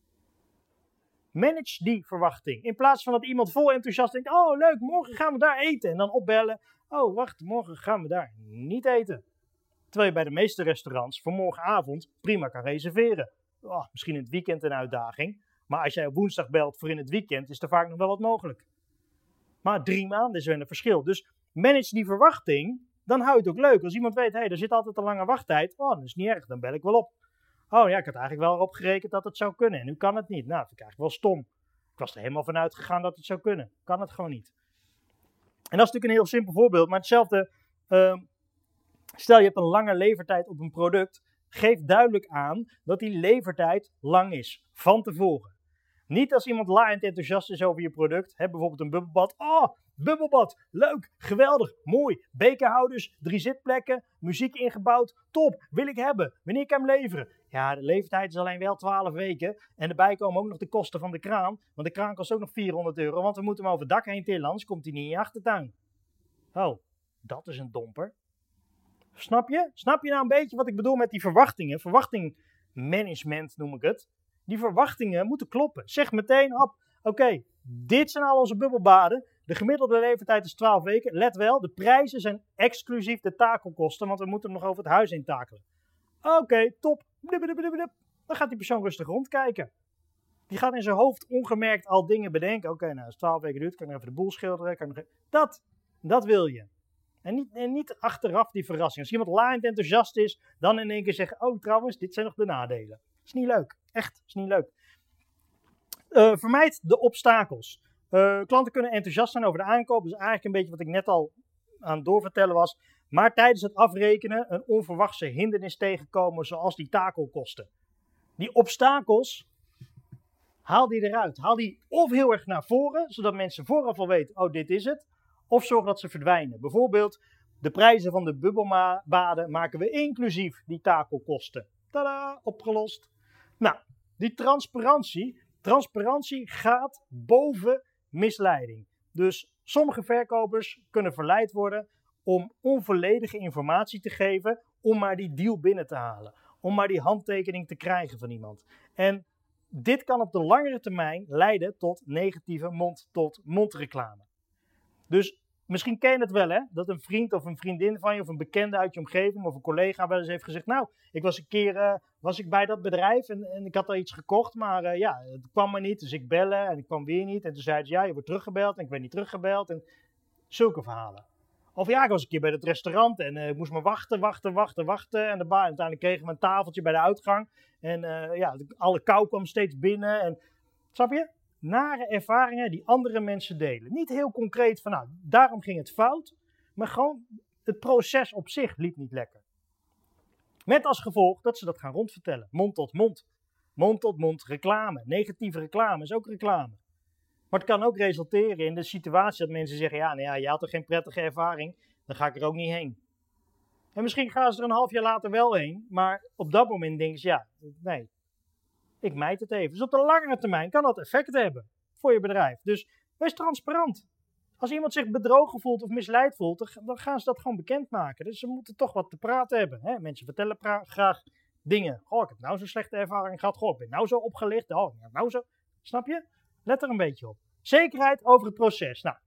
Manage die verwachting. In plaats van dat iemand vol enthousiast denkt: oh leuk, morgen gaan we daar eten. En dan opbellen: oh wacht, morgen gaan we daar niet eten. Terwijl je bij de meeste restaurants voor morgenavond prima kan reserveren. Oh, misschien in het weekend een uitdaging. Maar als jij op woensdag belt voor in het weekend, is er vaak nog wel wat mogelijk. Maar 3 maanden is wel een verschil. Dus manage die verwachting, dan hou je het ook leuk. Als iemand weet: hey, er zit altijd een lange wachttijd. Oh, dat is niet erg, dan bel ik wel op. Oh ja, ik had eigenlijk wel erop gerekend dat het zou kunnen. En nu kan het niet. Nou, dat vind ik eigenlijk wel stom. Ik was er helemaal van uitgegaan dat het zou kunnen. Kan het gewoon niet. En dat is natuurlijk een heel simpel voorbeeld. Maar hetzelfde, stel je hebt een lange levertijd op een product. Geef duidelijk aan dat die levertijd lang is. Van tevoren. Niet als iemand laaiend enthousiast is over je product. Hè, bijvoorbeeld een bubbelbad. Oh, bubbelbad. Leuk. Geweldig. Mooi. Bekerhouders. 3 zitplekken. Muziek ingebouwd. Top. Wil ik hebben. Wanneer kan ik hem leveren? Ja, de leeftijd is alleen wel 12 weken. En erbij komen ook nog de kosten van de kraan. Want de kraan kost ook nog €400. Want we moeten hem over het dak heen tillen. Anders komt hij niet in je achtertuin. Oh, dat is een domper. Snap je? Snap je nou een beetje wat ik bedoel met die verwachtingen? Verwachtingmanagement noem ik het. Die verwachtingen moeten kloppen. Zeg meteen op: oké, dit zijn al onze bubbelbaden. De gemiddelde leeftijd is 12 weken. Let wel, de prijzen zijn exclusief de takelkosten, want we moeten hem nog over het huis heen takelen. Oké, top. Dan gaat die persoon rustig rondkijken. Die gaat in zijn hoofd ongemerkt al dingen bedenken. Oké, nou, als het 12 weken duurt, kan ik nog even de boel schilderen. Dat wil je. En niet achteraf die verrassing. Als iemand laaiend enthousiast is, dan in één keer zeggen: oh, trouwens, dit zijn nog de nadelen. Dat is niet leuk. Echt, is niet leuk. Vermijd de obstakels. Klanten kunnen enthousiast zijn over de aankoop. Dat is eigenlijk een beetje wat ik net al aan het doorvertellen was. Maar tijdens het afrekenen een onverwachte hindernis tegenkomen, zoals die takelkosten. Die obstakels, haal die eruit. Haal die of heel erg naar voren, zodat mensen vooraf al weten: oh, dit is het. Of zorg dat ze verdwijnen. Bijvoorbeeld, de prijzen van de bubbelbaden maken we inclusief die takelkosten. Tada, opgelost. Nou, die transparantie gaat boven misleiding. Dus sommige verkopers kunnen verleid worden om onvolledige informatie te geven om maar die deal binnen te halen. Om maar die handtekening te krijgen van iemand. En dit kan op de langere termijn leiden tot negatieve mond-tot-mond reclame. Dus misschien ken je het wel, hè? Dat een vriend of een vriendin van je of een bekende uit je omgeving of een collega wel eens heeft gezegd: nou, ik was een keer bij dat bedrijf en ik had daar iets gekocht, maar ja, het kwam maar niet. Dus ik bellen en ik kwam weer niet. En toen zeiden ze: ja, je wordt teruggebeld en ik ben niet teruggebeld. En zulke verhalen. Of ja, ik was een keer bij het restaurant en ik moest maar wachten. En uiteindelijk kregen we een tafeltje bij de uitgang. En ja, alle kou kwam steeds binnen. En, snap je? Nare ervaringen die andere mensen delen. Niet heel concreet van: nou, daarom ging het fout. Maar gewoon het proces op zich liep niet lekker. Met als gevolg dat ze dat gaan rondvertellen. Mond tot mond. Mond tot mond reclame. Negatieve reclame is ook reclame. Maar het kan ook resulteren in de situatie dat mensen zeggen: ja, nou ja, je had er geen prettige ervaring. Dan ga ik er ook niet heen. En misschien gaan ze er een half jaar later wel heen. Maar op dat moment denken ze: ja, nee. Ik mijd het even. Dus op de langere termijn kan dat effect hebben voor je bedrijf. Dus wees transparant. Als iemand zich bedrogen voelt of misleid voelt, dan gaan ze dat gewoon bekendmaken. Dus ze moeten toch wat te praten hebben. Hè? Mensen vertellen graag dingen. Goh, ik heb nou zo'n slechte ervaring gehad. Goh, ik ben nou zo opgelicht. Oh, ik ben nou zo. Snap je? Let er een beetje op. Zekerheid over het proces. Nou,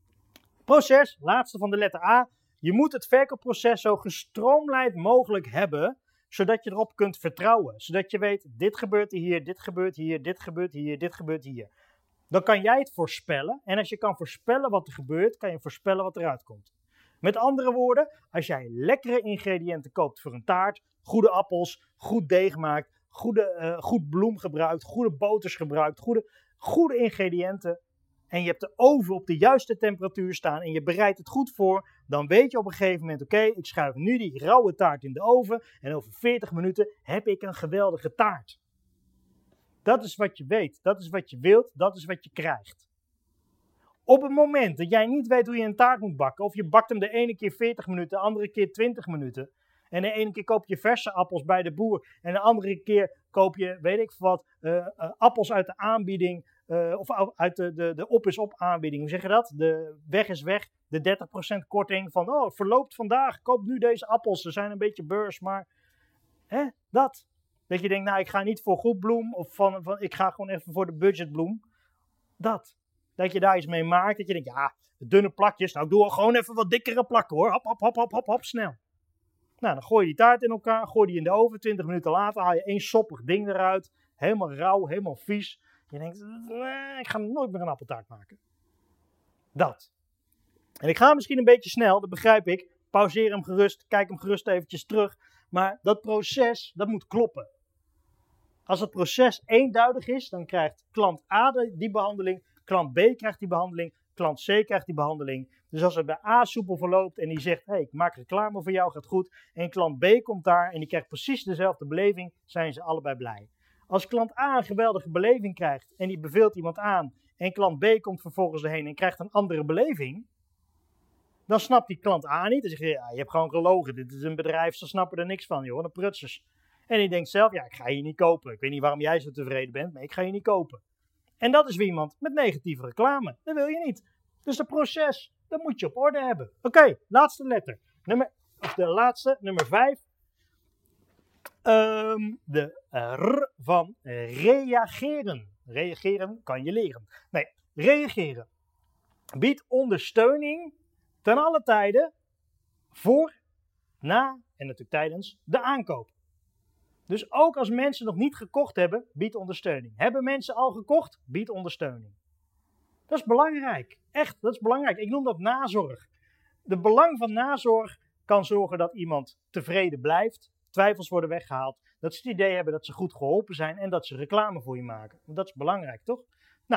proces, laatste van de letter A. Je moet het verkoopproces zo gestroomlijnd mogelijk hebben, zodat je erop kunt vertrouwen. Zodat je weet: dit gebeurt hier, dit gebeurt hier, dit gebeurt hier, dit gebeurt hier. Dan kan jij het voorspellen. En als je kan voorspellen wat er gebeurt, kan je voorspellen wat eruit komt. Met andere woorden, als jij lekkere ingrediënten koopt voor een taart, goede appels, goed deeg maakt, goed bloem gebruikt, goede boters gebruikt, goede ingrediënten. En je hebt de oven op de juiste temperatuur staan en je bereidt het goed voor. Dan weet je op een gegeven moment, oké, ik schuif nu die rauwe taart in de oven. En over 40 minuten heb ik een geweldige taart. Dat is wat je weet, dat is wat je wilt, dat is wat je krijgt. Op het moment dat jij niet weet hoe je een taart moet bakken, of je bakt hem de ene keer 40 minuten, de andere keer 20 minuten. En de ene keer koop je verse appels bij de boer. En de andere keer koop je, weet ik wat, appels uit de aanbieding. Of uit de op is op aanbieding. Hoe zeg je dat? De weg is weg. De 30% korting van, verloopt vandaag. Koop nu deze appels. Ze zijn een beetje beurs, maar dat. Dat je denkt, nou, ik ga niet voor goed bloem. Of ik ga gewoon even voor de budgetbloem. Dat. Dat je daar iets mee maakt. Dat je denkt, ja, dunne plakjes. Nou, ik doe gewoon even wat dikkere plakken hoor. Hop, snel. Nou, dan gooi je die taart in elkaar. Gooi die in de oven. 20 minuten later haal je één soppig ding eruit. Helemaal rauw, helemaal vies. Je denkt, ik ga nooit meer een appeltaart maken. Dat. En ik ga misschien een beetje snel, dat begrijp ik. Pauzeer hem gerust, kijk hem gerust eventjes terug. Maar dat proces, dat moet kloppen. Als het proces eenduidig is, dan krijgt klant A die behandeling, klant B krijgt die behandeling, klant C krijgt die behandeling. Dus als het bij A soepel verloopt en die zegt, hey, ik maak reclame voor jou, gaat goed. En klant B komt daar en die krijgt precies dezelfde beleving, zijn ze allebei blij. Als klant A een geweldige beleving krijgt en die beveelt iemand aan en klant B komt vervolgens erheen en krijgt een andere beleving, dan snapt die klant A niet. Dan zeg je, ja, je hebt gewoon gelogen, dit is een bedrijf, ze snappen er niks van, joh, de prutsers. En die denkt zelf, ja, ik ga hier niet kopen. Ik weet niet waarom jij zo tevreden bent, maar ik ga hier niet kopen. En dat is weer iemand met negatieve reclame. Dat wil je niet. Dus het proces, dat moet je op orde hebben. Oké, laatste letter. Nummer 5. De R van reageren. Reageren kan je leren. Nee, reageren. Biedt ondersteuning ten alle tijden voor, na en natuurlijk tijdens de aankoop. Dus ook als mensen nog niet gekocht hebben, biedt ondersteuning. Hebben mensen al gekocht, biedt ondersteuning. Dat is belangrijk. Echt, dat is belangrijk. Ik noem dat nazorg. De belang van nazorg kan zorgen dat iemand tevreden blijft. Twijfels worden weggehaald. Dat ze het idee hebben dat ze goed geholpen zijn en dat ze reclame voor je maken. Want dat is belangrijk, toch? Nou,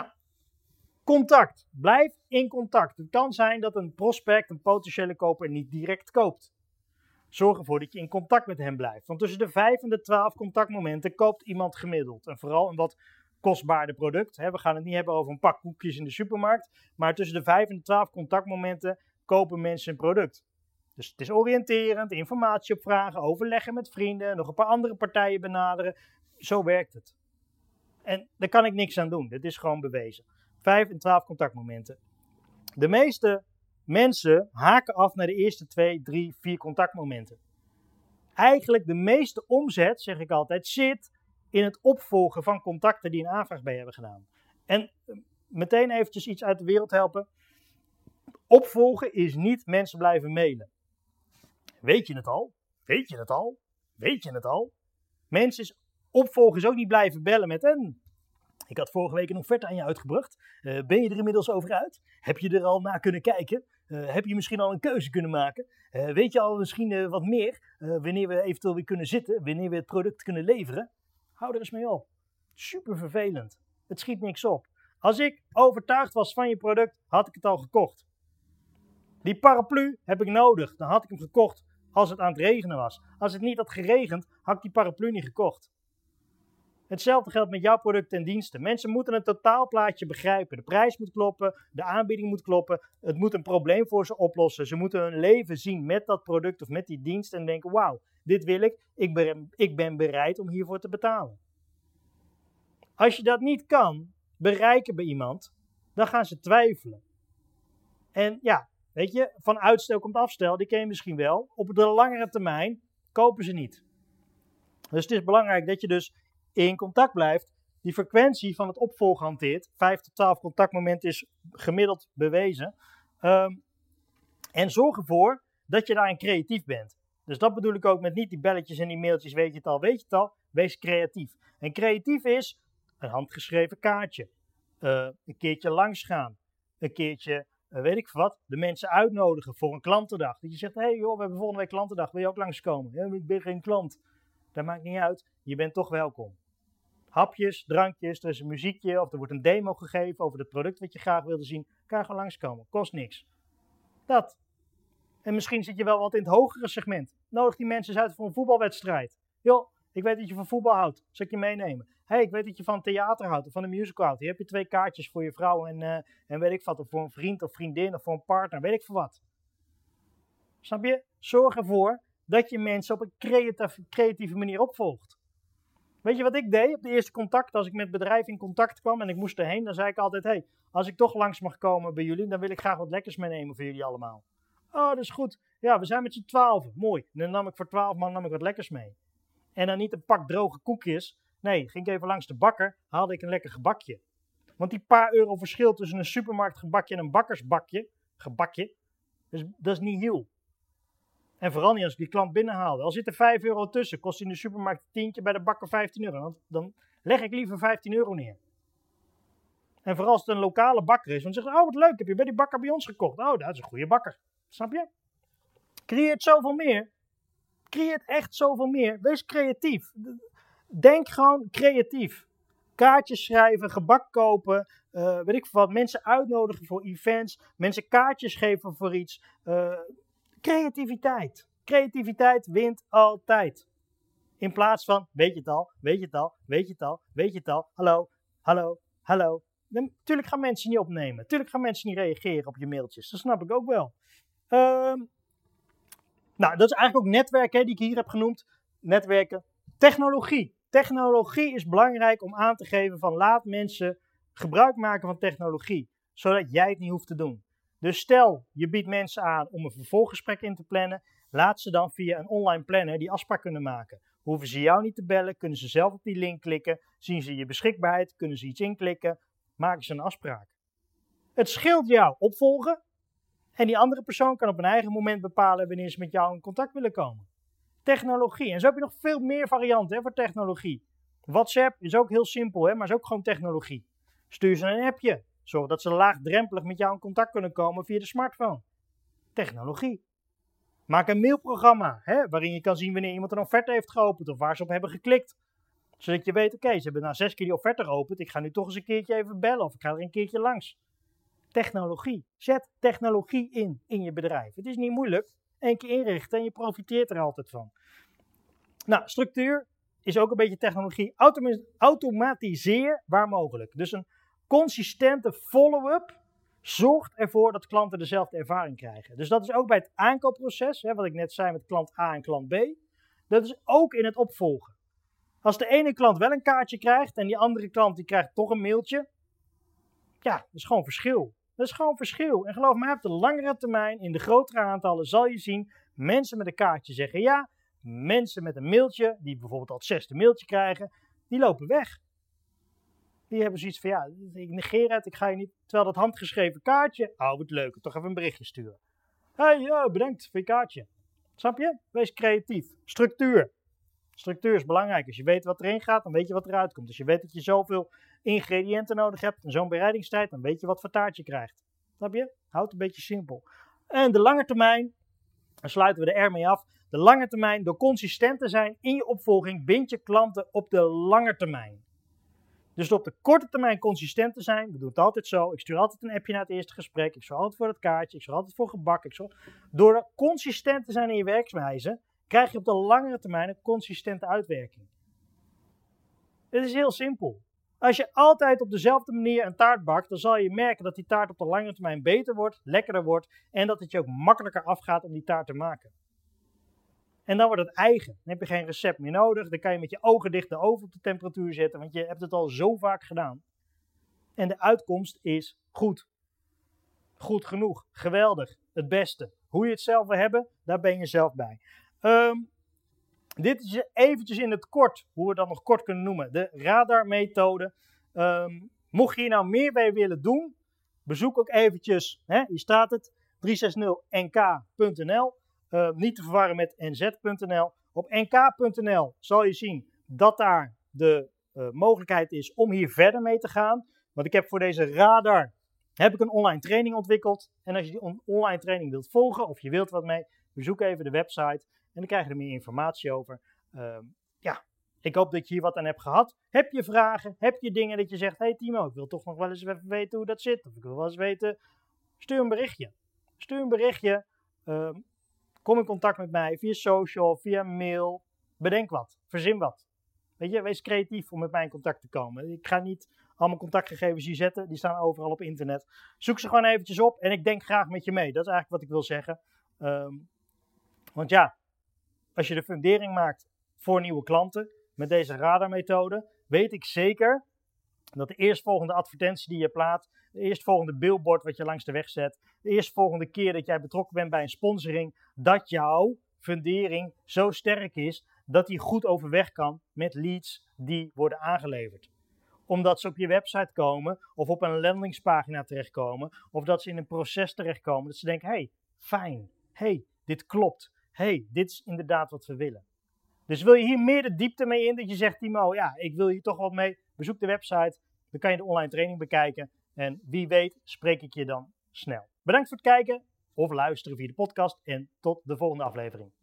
contact. Blijf in contact. Het kan zijn dat een prospect, een potentiële koper, niet direct koopt. Zorg ervoor dat je in contact met hem blijft. Want tussen de 5 en de 12 contactmomenten koopt iemand gemiddeld. En vooral een wat kostbaarder product. We gaan het niet hebben over een pak koekjes in de supermarkt. Maar tussen de 5 en de 12 contactmomenten kopen mensen een product. Dus het is oriënterend, informatie opvragen, overleggen met vrienden, nog een paar andere partijen benaderen. Zo werkt het. En daar kan ik niks aan doen. Dit is gewoon bewezen. 5 en 12 contactmomenten. De meeste mensen haken af naar de eerste 2, 3, 4 contactmomenten. Eigenlijk de meeste omzet, zeg ik altijd, zit in het opvolgen van contacten die een aanvraag bij hebben gedaan. En meteen eventjes iets uit de wereld helpen. Opvolgen is niet mensen blijven mailen. Weet je het al? Weet je het al? Weet je het al? Mensen opvolgen is ook niet blijven bellen met ik had vorige week een offerte aan je uitgebracht. Ben je er inmiddels over uit? Heb je er al naar kunnen kijken? Heb je misschien al een keuze kunnen maken? Weet je al misschien wat meer? Wanneer we eventueel weer kunnen zitten? Wanneer we het product kunnen leveren? Hou er eens mee op. Super vervelend. Het schiet niks op. Als ik overtuigd was van je product, had ik het al gekocht. Die paraplu heb ik nodig. Dan had ik hem gekocht als het aan het regenen was. Als het niet had geregend, had ik die paraplu niet gekocht. Hetzelfde geldt met jouw producten en diensten. Mensen moeten een totaalplaatje begrijpen. De prijs moet kloppen, de aanbieding moet kloppen. Het moet een probleem voor ze oplossen. Ze moeten hun leven zien met dat product of met die dienst en denken, wauw, dit wil ik. Ik ben bereid om hiervoor te betalen. Als je dat niet kan bereiken bij iemand, dan gaan ze twijfelen. En ja, weet je, van uitstel komt afstel, die ken je misschien wel. Op de langere termijn kopen ze niet. Dus het is belangrijk dat je dus in contact blijft, die frequentie van het opvolgen hanteert. 5 tot 12 contactmomenten is gemiddeld bewezen. En zorg ervoor dat je daarin creatief bent. Dus dat bedoel ik ook met niet die belletjes en die mailtjes, weet je het al. Wees creatief. En creatief is een handgeschreven kaartje. Een keertje langsgaan. Een keertje, weet ik wat, de mensen uitnodigen voor een klantendag. Dat je zegt, hey joh, we hebben volgende week klantendag, wil je ook langskomen? Ja, ik ben geen klant. Dat maakt niet uit, je bent toch welkom. Hapjes, drankjes, er is een muziekje of er wordt een demo gegeven over het product wat je graag wilde zien. Kan je gewoon langskomen, kost niks. Dat. En misschien zit je wel wat in het hogere segment. Nodig die mensen eens uit voor een voetbalwedstrijd. Joh, ik weet dat je van voetbal houdt, zal ik je meenemen? Hey, ik weet dat je van theater houdt of van een musical houdt. Hier heb je 2 kaartjes voor je vrouw en weet ik wat. Of voor een vriend of vriendin of voor een partner, weet ik veel wat. Snap je? Zorg ervoor dat je mensen op een creatieve manier opvolgt. Weet je wat ik deed op de eerste contact? Als ik met bedrijven in contact kwam en ik moest erheen, dan zei ik altijd, hey, als ik toch langs mag komen bij jullie, dan wil ik graag wat lekkers meenemen voor jullie allemaal. Oh, dat is goed. Ja, we zijn met z'n 12. Mooi. En dan nam ik voor 12 man wat lekkers mee. En dan niet een pak droge koekjes. Nee, ging ik even langs de bakker, haalde ik een lekker gebakje. Want die paar euro verschil tussen een supermarktgebakje en een bakkersgebakje, dat is niet heel. En vooral niet als ik die klant binnenhaalde. Al zit er 5 euro tussen, kost in de supermarkt een tientje, bij de bakker 15 euro. Dan leg ik liever 15 euro neer. En vooral als het een lokale bakker is, want ze zeggen, oh wat leuk, heb je bij die bakker bij ons gekocht? Oh, dat is een goede bakker. Snap je? Creëert zoveel meer. Creëert echt zoveel meer. Wees creatief. Denk gewoon creatief. Kaartjes schrijven, gebak kopen, weet ik wat. Mensen uitnodigen voor events. Mensen kaartjes geven voor iets. Creativiteit. Creativiteit wint altijd. In plaats van, weet je het al, weet je het al, weet je het al, weet je het al. Hallo, hallo, hallo. Natuurlijk gaan mensen niet opnemen. Natuurlijk gaan mensen niet reageren op je mailtjes. Dat snap ik ook wel. Nou, dat is eigenlijk ook netwerken die ik hier heb genoemd. Netwerken. Technologie. Technologie is belangrijk om aan te geven van laat mensen gebruik maken van technologie. Zodat jij het niet hoeft te doen. Dus stel, je biedt mensen aan om een vervolggesprek in te plannen. Laat ze dan via een online planner die afspraak kunnen maken. Hoeven ze jou niet te bellen, kunnen ze zelf op die link klikken. Zien ze je beschikbaarheid, kunnen ze iets inklikken. Maken ze een afspraak. Het scheelt jou opvolgen. En die andere persoon kan op een eigen moment bepalen wanneer ze met jou in contact willen komen. Technologie. En zo heb je nog veel meer varianten voor technologie. WhatsApp is ook heel simpel, maar is ook gewoon technologie. Stuur ze een appje. Zorg dat ze laagdrempelig met jou in contact kunnen komen via de smartphone. Technologie. Maak een mailprogramma waarin je kan zien wanneer iemand een offerte heeft geopend of waar ze op hebben geklikt. Zodat je weet, oké, ze hebben nou 6 keer die offerte geopend. Ik ga nu toch eens een keertje even bellen of ik ga er een keertje langs. Technologie. Zet technologie in je bedrijf. Het is niet moeilijk. 1 keer inrichten en je profiteert er altijd van. Nou, structuur is ook een beetje technologie. Automatiseer waar mogelijk. Dus een consistente follow-up zorgt ervoor dat klanten dezelfde ervaring krijgen. Dus dat is ook bij het aankoopproces, wat ik net zei met klant A en klant B. Dat is ook in het opvolgen. Als de ene klant wel een kaartje krijgt en die andere klant die krijgt toch een mailtje. Ja, dat is gewoon verschil. Dat is gewoon verschil. En geloof mij, op de langere termijn, in de grotere aantallen, zal je zien, mensen met een kaartje zeggen ja. Mensen met een mailtje, die bijvoorbeeld al het 6e mailtje krijgen, die lopen weg. Die hebben zoiets van, ja, ik negeer het, ik ga je niet, terwijl dat handgeschreven kaartje, oh wat leuk, toch even een berichtje sturen. Hey, bedankt voor je kaartje. Snap je? Wees creatief. Structuur. Structuur is belangrijk. Als je weet wat erin gaat, dan weet je wat eruit komt. Als je weet dat je zoveel ingrediënten nodig hebt en zo'n bereidingstijd, dan weet je wat voor taart je krijgt. Snap je? Houd het een beetje simpel. En de lange termijn, dan sluiten we de R mee af. De lange termijn, door consistent te zijn in je opvolging, bind je klanten op de lange termijn. Dus door op de korte termijn consistent te zijn, we doen het altijd zo. Ik stuur altijd een appje na het eerste gesprek. Ik zorg altijd voor het kaartje. Ik zorg altijd voor gebak. Door consistent te zijn in je werkwijze, krijg je op de langere termijn een consistente uitwerking. Het is heel simpel. Als je altijd op dezelfde manier een taart bakt, dan zal je merken dat die taart op de lange termijn beter wordt, lekkerder wordt en dat het je ook makkelijker afgaat om die taart te maken. En dan wordt het eigen. Dan heb je geen recept meer nodig. Dan kan je met je ogen dicht de oven op de temperatuur zetten, want je hebt het al zo vaak gedaan. En de uitkomst is goed. Goed genoeg. Geweldig. Het beste. Hoe je het zelf wil hebben, daar ben je zelf bij. Dit is eventjes in het kort, hoe we dat nog kort kunnen noemen, de radarmethode. Mocht je hier nou meer bij willen doen, bezoek ook eventjes, hier staat het, 360nk.nl. Niet te verwarren met nz.nl. Op nk.nl zal je zien dat daar de mogelijkheid is om hier verder mee te gaan. Want ik heb voor deze radar een online training ontwikkeld. En als je die online training wilt volgen of je wilt wat mee, bezoek even de website. En dan krijg je er meer informatie over. ik hoop dat je hier wat aan hebt gehad. Heb je vragen? Heb je dingen dat je zegt, hey Timo, ik wil toch nog wel eens even weten hoe dat zit. Of ik wil wel eens weten, stuur een berichtje. Kom in contact met mij via social, via mail. Bedenk wat, verzin wat. Weet je, wees creatief om met mij in contact te komen. Ik ga niet al mijn contactgegevens hier zetten, die staan overal op internet. Zoek ze gewoon eventjes op en ik denk graag met je mee. Dat is eigenlijk wat ik wil zeggen. Want ja, als je de fundering maakt voor nieuwe klanten met deze radarmethode, weet ik zeker dat de eerstvolgende advertentie die je plaatst, de eerstvolgende billboard wat je langs de weg zet, de eerstvolgende keer dat jij betrokken bent bij een sponsoring, dat jouw fundering zo sterk is dat die goed overweg kan met leads die worden aangeleverd. Omdat ze op je website komen of op een landingspagina terechtkomen of dat ze in een proces terechtkomen dat ze denken, hey, fijn, hey, dit klopt, hey, dit is inderdaad wat we willen. Dus wil je hier meer de diepte mee in, dat je zegt, Timo, ja, ik wil hier toch wat mee, bezoek de website, dan kan je de online training bekijken en wie weet spreek ik je dan snel. Bedankt voor het kijken of luisteren via de podcast en tot de volgende aflevering.